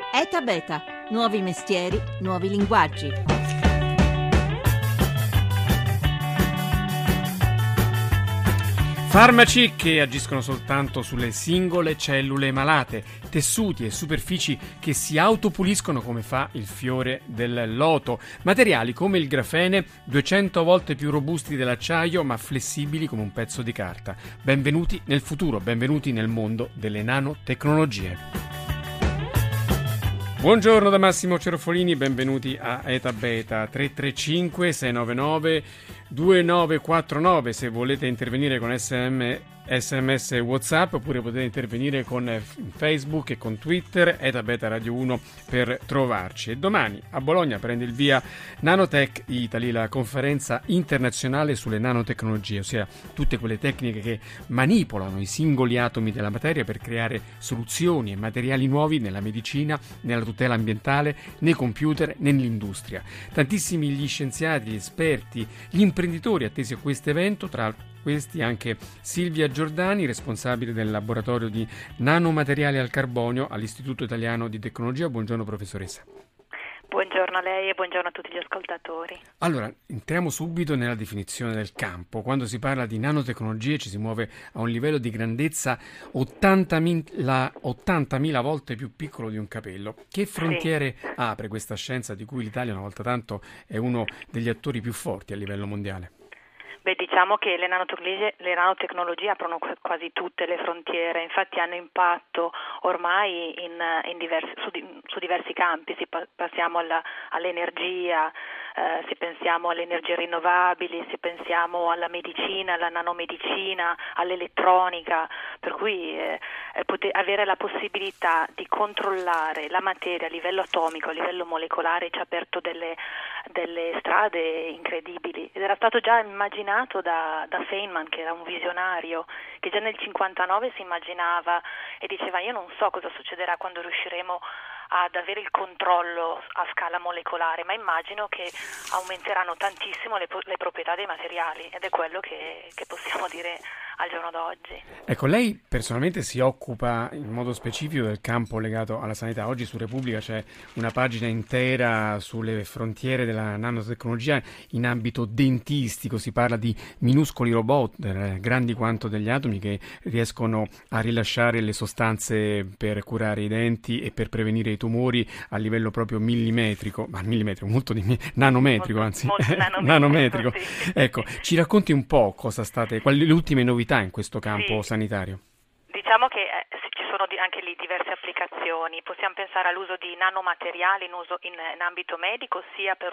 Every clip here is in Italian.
ETA Beta, nuovi mestieri, nuovi linguaggi. Farmaci che agiscono soltanto sulle singole cellule malate, tessuti e superfici che si autopuliscono come fa il fiore del loto, materiali come il grafene 200 volte più robusti dell'acciaio ma flessibili come un pezzo di carta. Benvenuti nel futuro, benvenuti nel mondo delle nanotecnologie. Buongiorno da Massimo Cerofolini, benvenuti a ETA Beta 335 699 2949 se volete intervenire con SMS e WhatsApp, oppure potete intervenire con Facebook e con Twitter, ETA Beta Radio 1 per trovarci. E domani a Bologna prende il via Nanotech Italy, la conferenza internazionale sulle nanotecnologie, ossia tutte quelle tecniche che manipolano i singoli atomi della materia per creare soluzioni e materiali nuovi nella medicina, nella tutela ambientale, nei computer, nell'industria. Tantissimi gli scienziati, gli esperti, gli imprenditori attesi a questo evento, tra questi anche Silvia Giordani, responsabile del laboratorio di nanomateriali al carbonio all'Istituto Italiano di Tecnologia. Buongiorno professoressa. Buongiorno a lei e buongiorno a tutti gli ascoltatori. Allora, entriamo subito nella definizione del campo. Quando si parla di nanotecnologie ci si muove a un livello di grandezza 80.000 volte più piccolo di un capello. Che frontiere apre questa scienza di cui l'Italia una volta tanto è uno degli attori più forti a livello mondiale? Beh, diciamo che le nanotecnologie aprono quasi tutte le frontiere, infatti hanno impatto ormai su diversi campi, passiamo all'energia, se pensiamo alle energie rinnovabili, se pensiamo alla medicina, alla nanomedicina, all'elettronica, per cui avere la possibilità di controllare la materia a livello atomico, a livello molecolare ci ha aperto delle strade incredibili, ed era stato già immaginato da Feynman, che era un visionario, che già nel 59 si immaginava e diceva: io non so cosa succederà quando riusciremo ad avere il controllo a scala molecolare, ma immagino che aumenteranno tantissimo le proprietà dei materiali, ed è quello che possiamo dire al giorno d'oggi. Ecco, lei personalmente si occupa in modo specifico del campo legato alla sanità. Oggi su Repubblica c'è una pagina intera sulle frontiere della nanotecnologia in ambito dentistico. Si parla di minuscoli robot, grandi quanto degli atomi, che riescono a rilasciare le sostanze per curare i denti e per prevenire i tumori a livello proprio nanometrico, nanometrico. Sì. Ecco, ci racconti un po' quali le ultime novità in questo campo sanitario? Diciamo che ci sono anche lì diverse applicazioni. Possiamo pensare all'uso di nanomateriali in ambito medico, sia per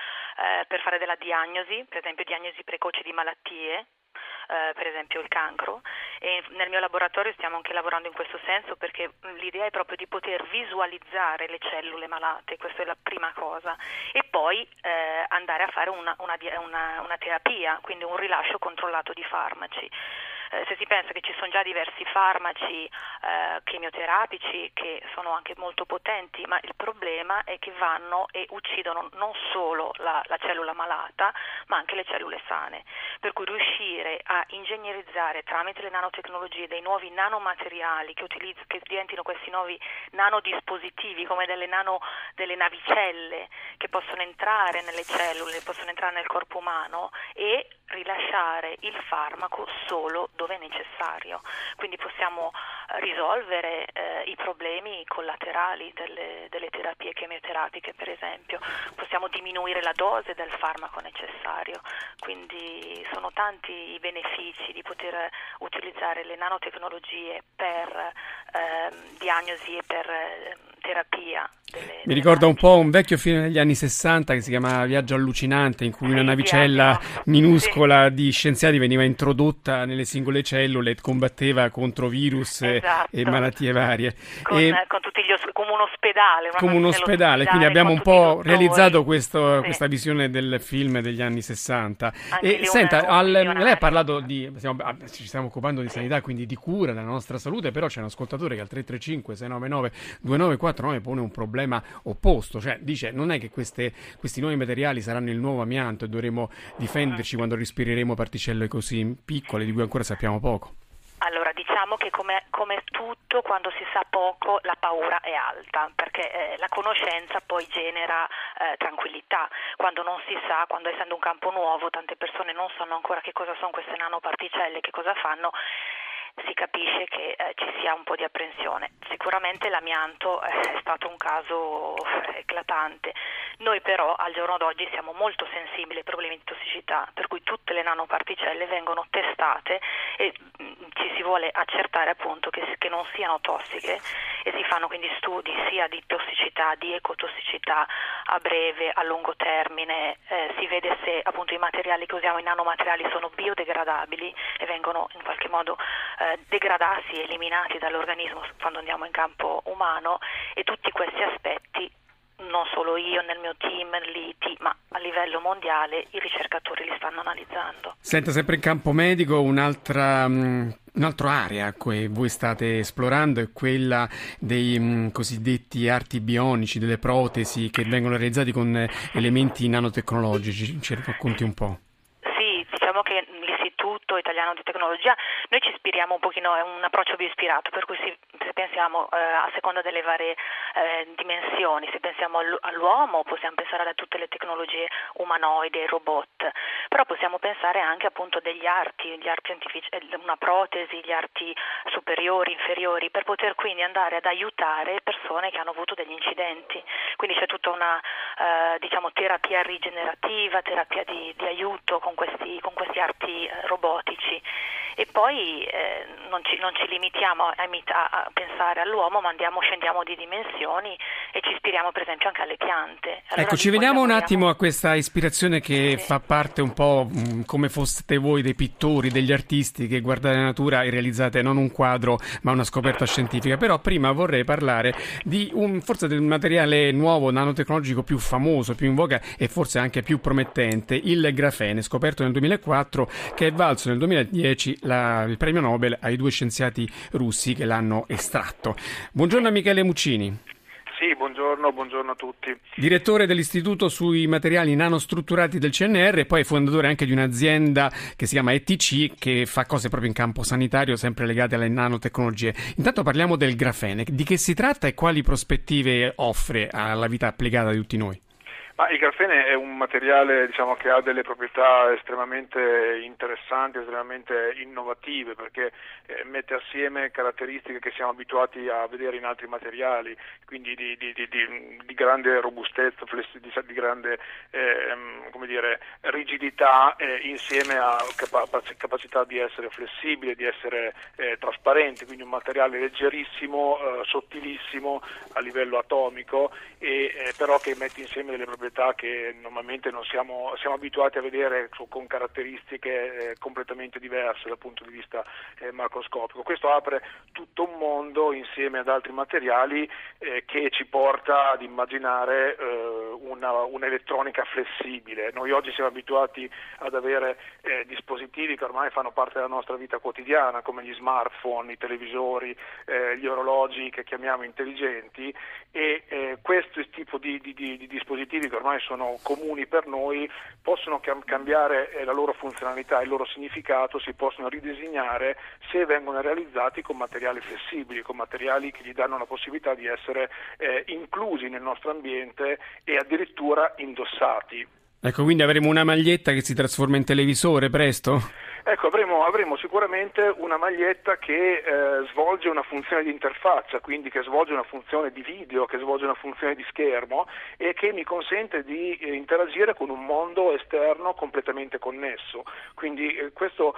fare della diagnosi, per esempio diagnosi precoci di malattie, per esempio il cancro, e nel mio laboratorio stiamo anche lavorando in questo senso, perché l'idea è proprio di poter visualizzare le cellule malate, questa è la prima cosa, e poi andare a fare una terapia, quindi un rilascio controllato di farmaci. Se si pensa che ci sono già diversi farmaci chemioterapici che sono anche molto potenti, ma il problema è che vanno e uccidono non solo la cellula malata, ma anche le cellule sane. Per cui riuscire a ingegnerizzare tramite le nanotecnologie dei nuovi nanomateriali che diventino questi nuovi nanodispositivi, come delle navicelle che possono entrare nelle cellule, possono entrare nel corpo umano e rilasciare il farmaco solo dove è necessario. Quindi possiamo risolvere i problemi collaterali delle terapie chemioterapiche, per esempio. Possiamo diminuire la dose del farmaco necessario. Quindi sono tanti i benefici di poter utilizzare le nanotecnologie per diagnosi e per terapia. Mi ricorda un po' un vecchio film degli anni 60 che si chiama Viaggio allucinante, in cui una navicella minuscola di scienziati veniva introdotta nelle singole cellule e combatteva contro virus e malattie varie. Con tutti come un ospedale. Come un ospedale, quindi abbiamo un po' realizzato questa visione del film degli anni 60. E senta, lei ha parlato ci stiamo occupando di sanità, quindi di cura della nostra salute, però c'è un ascoltatore che al 335 699 2949 pone un problema opposto, cioè dice: non è che questi nuovi materiali saranno il nuovo amianto e dovremo difenderci quando respireremo particelle così piccole di cui ancora sappiamo poco. Allora, diciamo diciamo che come tutto, quando si sa poco la paura è alta, perché la conoscenza poi genera tranquillità. Quando non si sa, quando essendo un campo nuovo tante persone non sanno ancora che cosa sono queste nanoparticelle, che cosa fanno, si capisce che ci sia un po' di apprensione. Sicuramente l'amianto è stato un caso eclatante. Noi però al giorno d'oggi siamo molto sensibili ai problemi di tossicità, per cui tutte le nanoparticelle vengono testate e ci si vuole accertare appunto che non siano tossiche, e si fanno quindi studi sia di tossicità, di ecotossicità a breve, a lungo termine, si vede se appunto i materiali che usiamo, i nanomateriali, sono biodegradabili e vengono in qualche modo degradarsi, eliminati dall'organismo quando andiamo in campo umano, e tutti questi aspetti non solo io nel mio team, l'IT, ma a livello mondiale i ricercatori li stanno analizzando. Senta, sempre in campo medico, un'altra area che voi state esplorando è quella dei cosiddetti arti bionici, delle protesi che vengono realizzati con elementi nanotecnologici. Ci racconti un po'? Sì, diciamo che l'Istituto Italiano di Tecnologia, noi ci ispiriamo un pochino, è un approccio bioispirato, per cui se pensiamo a seconda delle varie dimensioni, se pensiamo all'uomo possiamo pensare a tutte le tecnologie umanoidi, ai robot, però possiamo pensare anche appunto gli arti artificiali, una protesi, gli arti superiori, inferiori, per poter quindi andare ad aiutare persone che hanno avuto degli incidenti. Quindi c'è tutta una terapia rigenerativa, terapia di aiuto con questi arti robotici. E poi non ci limitiamo a pensare all'uomo, ma scendiamo di dimensioni e ci ispiriamo per esempio anche alle piante. Allora, ecco, ci vediamo un attimo a questa ispirazione che fa parte un po' come foste voi dei pittori, degli artisti che guardate la natura e realizzate non un quadro ma una scoperta scientifica. Però prima vorrei parlare di forse del materiale nuovo, nanotecnologico più famoso, più in voga e forse anche più promettente, il grafene, scoperto nel 2004, che è valso nel 2010 il premio Nobel ai due scienziati russi che l'hanno estratto. Buongiorno a Michele Muccini. Sì, buongiorno a tutti. Direttore dell'Istituto sui materiali nanostrutturati del CNR e poi fondatore anche di un'azienda che si chiama ETC, che fa cose proprio in campo sanitario, sempre legate alle nanotecnologie. Intanto parliamo del grafene. Di che si tratta e quali prospettive offre alla vita applicata di tutti noi? Ma il grafene è un materiale, che ha delle proprietà estremamente interessanti, estremamente innovative, perché mette assieme caratteristiche che siamo abituati a vedere in altri materiali, quindi di grande robustezza, di grande rigidità, insieme a capacità di essere flessibile, di essere trasparente, quindi un materiale leggerissimo, sottilissimo a livello atomico, però che mette insieme delle proprietà che normalmente non siamo abituati a vedere, con caratteristiche completamente diverse dal punto di vista macroscopico. Questo apre tutto un mondo insieme ad altri materiali che ci porta ad immaginare un'elettronica flessibile. Noi oggi siamo abituati ad avere dispositivi che ormai fanno parte della nostra vita quotidiana, come gli smartphone, i televisori, gli orologi che chiamiamo intelligenti, e questo tipo di dispositivi che ormai sono comuni per noi possono cambiare la loro funzionalità, il loro significato, si possono ridisegnare se vengono realizzati con materiali flessibili, con materiali che gli danno la possibilità di essere inclusi nel nostro ambiente e addirittura indossati. Ecco, quindi avremo una maglietta che si trasforma in televisore presto? Ecco, avremo sicuramente una maglietta che svolge una funzione di interfaccia, quindi che svolge una funzione di video, che svolge una funzione di schermo e che mi consente di interagire con un mondo esterno completamente connesso. Quindi questo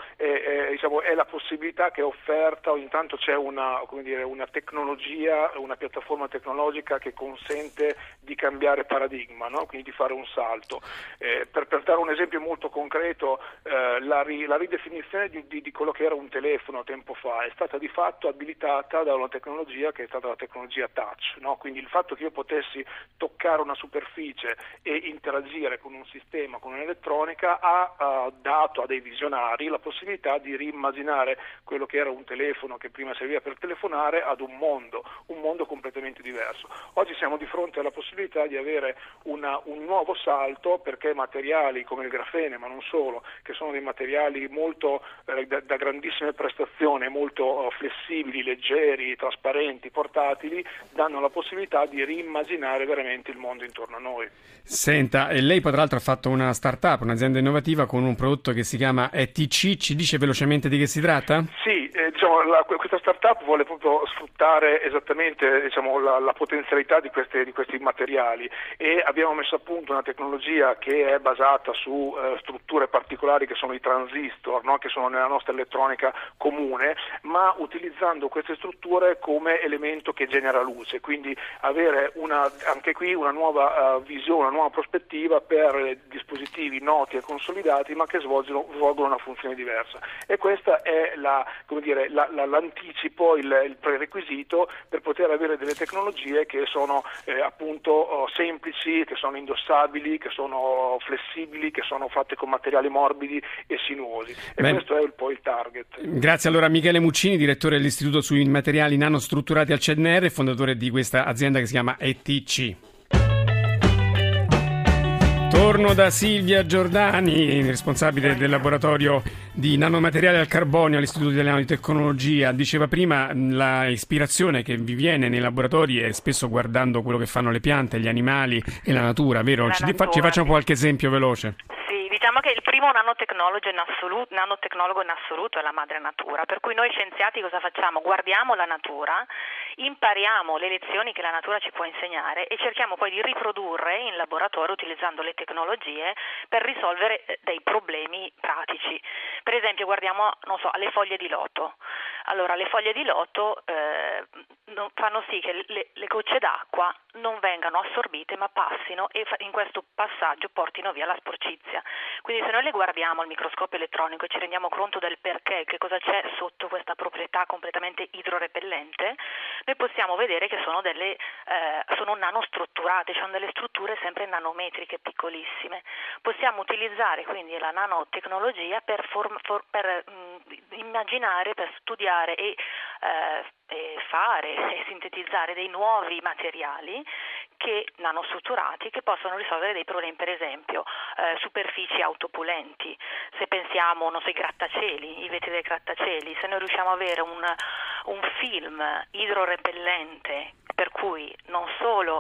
è la possibilità che è offerta. Intanto c'è una tecnologia, una piattaforma tecnologica che consente di cambiare paradigma, no? Quindi di fare un salto. Per dare un esempio molto concreto, la ridefinizione di quello che era un telefono tempo fa è stata di fatto abilitata da una tecnologia che è stata la tecnologia touch, no? Quindi il fatto che io potessi toccare una superficie e interagire con un sistema, con un'elettronica, ha dato a dei visionari la possibilità di riimmaginare quello che era un telefono che prima serviva per telefonare ad un mondo completamente diverso. Oggi siamo di fronte alla possibilità di avere un nuovo salto, perché materiali come il grafene, ma non solo, che sono dei materiali molto molto da grandissime prestazioni, molto flessibili, leggeri, trasparenti, portatili, danno la possibilità di riimmaginare veramente il mondo intorno a noi. Senta, e lei poi tra l'altro ha fatto una startup, un'azienda innovativa con un prodotto che si chiama ETC, ci dice velocemente di che si tratta? Sì, questa startup vuole proprio sfruttare esattamente la potenzialità di questi materiali, e abbiamo messo a punto una tecnologia che è basata su strutture particolari che sono i transistor, no? Che sono nella nostra elettronica comune, ma utilizzando queste strutture come elemento che genera luce, quindi avere anche qui una nuova visione, una nuova prospettiva per dispositivi noti e consolidati ma che svolgono una funzione diversa, e questa è l'anticipo, il prerequisito per poter avere delle tecnologie che sono appunto semplici, che sono indossabili, che sono flessibili, che sono fatte con materiali morbidi e sinuosi, e questo è poi il target. Grazie allora a Michele Muccini, direttore dell'Istituto sui materiali nanostrutturati al CNR e fondatore di questa azienda che si chiama ETC. Torno da Silvia Giordani, responsabile del laboratorio di nanomateriali al carbonio all'Istituto Italiano di Tecnologia. Diceva prima la ispirazione che vi viene nei laboratori è spesso guardando quello che fanno le piante, gli animali e la natura, vero? Ci facciamo qualche esempio veloce. Diciamo che il primo nanotecnologo in assoluto è la madre natura, per cui noi scienziati cosa facciamo? Guardiamo la natura, impariamo le lezioni che la natura ci può insegnare e cerchiamo poi di riprodurre in laboratorio utilizzando le tecnologie per risolvere dei problemi pratici. Per esempio guardiamo, alle foglie di loto. Allora, le foglie di loto fanno sì che le gocce d'acqua non vengano assorbite ma passino e in questo passaggio portino via la sporcizia. Quindi se noi le guardiamo al microscopio elettronico e ci rendiamo conto del perché, che cosa c'è sotto questa proprietà completamente idrorepellente, noi possiamo vedere che sono sono nanostrutturate, cioè delle strutture sempre nanometriche, piccolissime. Possiamo utilizzare quindi la nanotecnologia per immaginare, per studiare e fare e sintetizzare dei nuovi materiali nanostrutturati che possono risolvere dei problemi, per esempio superfici autopulenti. Se pensiamo ai grattacieli, i vetri dei grattacieli, se noi riusciamo a avere un film idrorepellente per cui non solo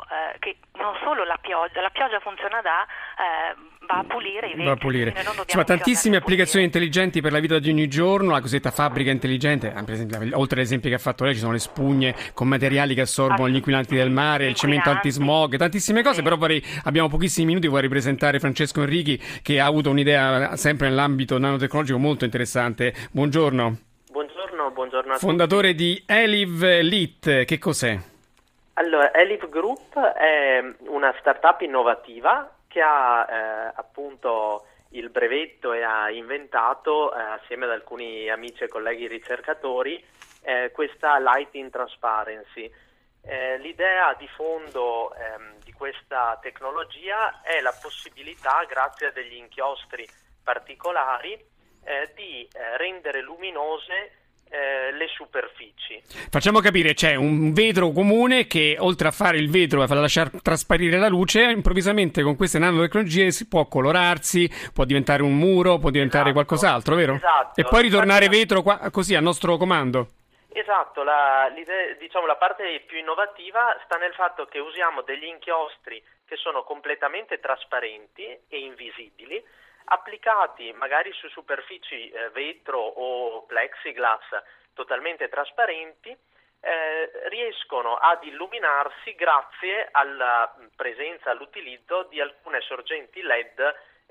la pioggia funziona va a pulire i vetri. Va a pulire. Insomma, tantissime applicazioni intelligenti per la vita di ogni giorno, la cosiddetta fabbrica intelligente, per esempio, oltre agli esempi che ha fatto lei ci sono le spugne con materiali che assorbono gli inquinanti del mare, il cemento antismog, tantissime cose, però abbiamo pochissimi minuti, vorrei presentare Francesco Enrichi che ha avuto un'idea sempre nell'ambito nanotecnologico molto interessante. Buongiorno. Buongiorno a tutti. Fondatore di Eliv Lit, che cos'è? Allora, Eliv Group è una startup innovativa che ha appunto il brevetto e ha inventato assieme ad alcuni amici e colleghi ricercatori questa Lighting Transparency. L'idea di fondo di questa tecnologia è la possibilità, grazie a degli inchiostri particolari, di rendere luminose le superfici. Facciamo capire, c'è un vetro comune che oltre a fare il vetro e a lasciar trasparire la luce, improvvisamente con queste nanotecnologie si può colorarsi, può diventare un muro, può diventare qualcos'altro, vero? Esatto. E poi ritornare vetro così a nostro comando. Esatto, la parte più innovativa sta nel fatto che usiamo degli inchiostri che sono completamente trasparenti e invisibili, applicati magari su superfici vetro o plexiglass totalmente trasparenti, riescono ad illuminarsi grazie alla presenza, all'utilizzo di alcune sorgenti LED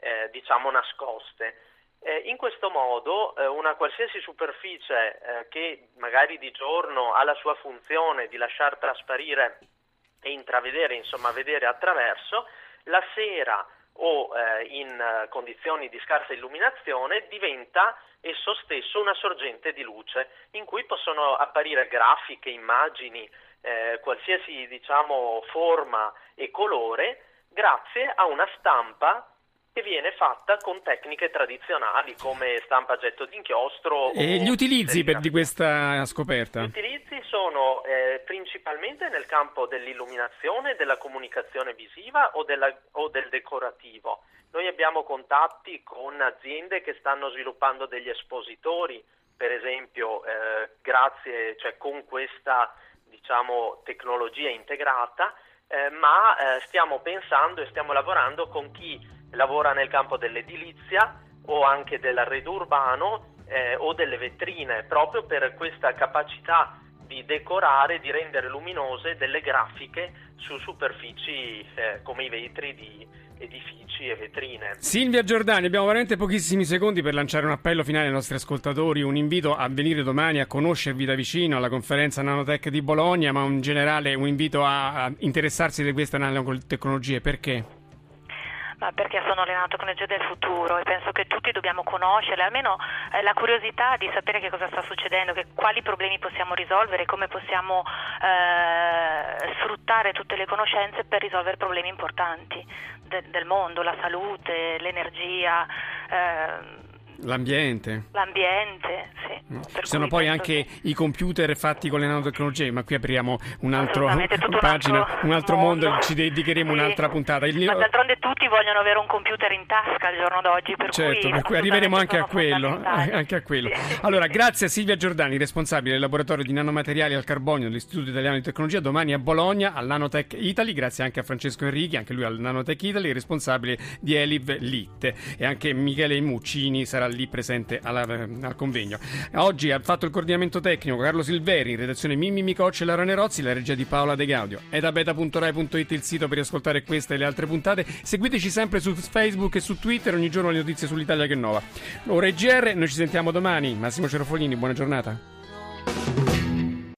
nascoste. In questo modo una qualsiasi superficie che magari di giorno ha la sua funzione di lasciar trasparire e intravedere, insomma vedere attraverso, la sera o in condizioni di scarsa illuminazione diventa esso stesso una sorgente di luce in cui possono apparire grafiche, immagini, qualsiasi forma e colore grazie a una stampa che viene fatta con tecniche tradizionali come stampa a getto d'inchiostro. E gli utilizzi di questa scoperta? Gli utilizzi sono principalmente nel campo dell'illuminazione, della comunicazione visiva o del decorativo. Noi abbiamo contatti con aziende che stanno sviluppando degli espositori, per esempio con questa tecnologia integrata, ma stiamo pensando e stiamo lavorando con chi lavora nel campo dell'edilizia o anche dell'arredo urbano o delle vetrine, proprio per questa capacità di decorare, di rendere luminose delle grafiche su superfici come i vetri di edifici e vetrine. Silvia Giordani, abbiamo veramente pochissimi secondi per lanciare un appello finale ai nostri ascoltatori, un invito a venire domani a conoscervi da vicino alla conferenza Nanotech di Bologna, ma in generale un invito a interessarsi di queste nanotecnologie. Perché? Ma perché sono le nanotecnologie del futuro e penso che tutti dobbiamo conoscerle, almeno la curiosità di sapere che cosa sta succedendo, quali problemi possiamo risolvere, come possiamo sfruttare tutte le conoscenze per risolvere problemi importanti del mondo, la salute, l'energia, l'ambiente, sì. Ci sono poi anche i computer fatti con le nanotecnologie, ma qui apriamo un altro mondo, ci dedicheremo un'altra puntata. Ma d'altronde tutti vogliono avere un computer in tasca al giorno d'oggi, per cui arriveremo anche a quello. Sì. Allora, grazie a Silvia Giordani, responsabile del laboratorio di nanomateriali al carbonio dell'Istituto Italiano di Tecnologia, domani a Bologna al Nanotech Italy. Grazie anche a Francesco Enrichi, anche lui al Nanotech Italy, responsabile di Eliv Lit, e anche Michele Muccini sarà lì presente al convegno. Oggi ha fatto il coordinamento tecnico Carlo Silveri, in redazione Mimmi Micocci e Lara Nerozzi, la regia di Paola De Gaudio. etabeta.rai.it il sito per ascoltare queste e le altre puntate. Seguiteci sempre su Facebook e su Twitter, ogni giorno le notizie sull'Italia che è nova. Ora è GR, noi ci sentiamo domani. Massimo Cerofolini, buona giornata.